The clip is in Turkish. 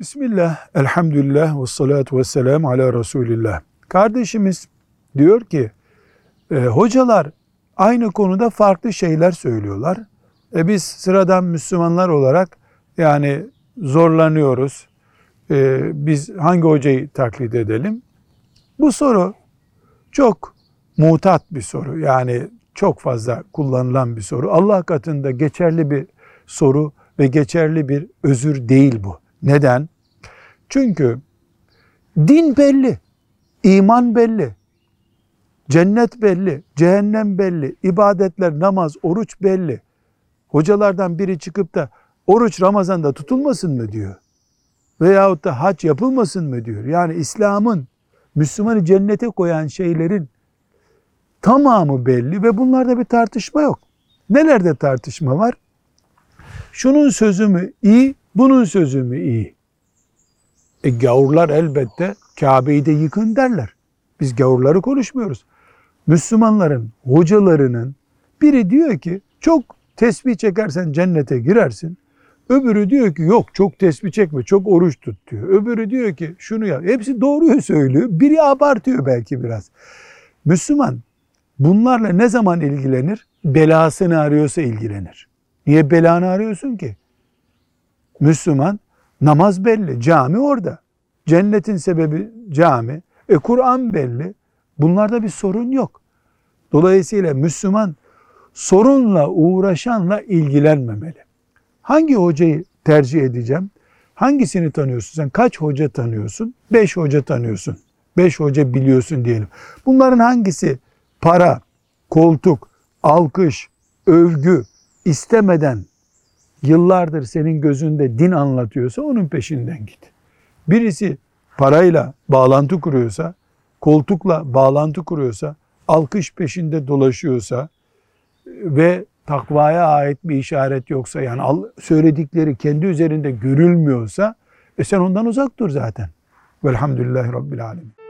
Bismillah, elhamdülillah ve salatu ve selamu ala Resulillah. Kardeşimiz diyor ki, hocalar aynı konuda farklı şeyler söylüyorlar. Biz sıradan Müslümanlar olarak yani zorlanıyoruz. Biz hangi hocayı taklit edelim? Bu soru çok mutat bir soru. Yani çok fazla kullanılan bir soru. Allah katında geçerli bir soru ve geçerli bir özür değil bu. Neden? Çünkü din belli, iman belli, cennet belli, cehennem belli, ibadetler, namaz, oruç belli. Hocalardan biri çıkıp da oruç Ramazan'da tutulmasın mı diyor. Veyahut da hac yapılmasın mı diyor. Yani İslam'ın Müslümanı cennete koyan şeylerin tamamı belli ve bunlarda bir tartışma yok. Nelerde tartışma var? Şunun sözü mü iyi, bunun sözü mü iyi? Gavurlar elbette Kabe'yi de yıkın derler. Biz gavurları konuşmuyoruz. Müslümanların hocalarının biri diyor ki çok tesbih çekersen cennete girersin. Öbürü diyor ki yok çok tesbih çekme, çok oruç tut diyor. Öbürü diyor ki şunu yap. Hepsi doğruyu söylüyor. Biri abartıyor belki biraz. Müslüman bunlarla ne zaman ilgilenir? Belasını arıyorsa ilgilenir. Niye belanı arıyorsun ki? Müslüman namaz belli, cami orada. Cennetin sebebi cami. Kur'an belli. Bunlarda bir sorun yok. Dolayısıyla Müslüman sorunla uğraşanla ilgilenmemeli. Hangi hocayı tercih edeceğim? Hangisini tanıyorsun? Sen kaç hoca tanıyorsun? 5 hoca tanıyorsun. 5 hoca biliyorsun diyelim. Bunların hangisi para, koltuk, alkış, övgü istemeden yıllardır senin gözünde din anlatıyorsa onun peşinden git. Birisi parayla bağlantı kuruyorsa, koltukla bağlantı kuruyorsa, alkış peşinde dolaşıyorsa ve takvaya ait bir işaret yoksa, yani söyledikleri kendi üzerinde görülmüyorsa sen ondan uzak dur zaten. Velhamdülillahi Rabbil Alemin.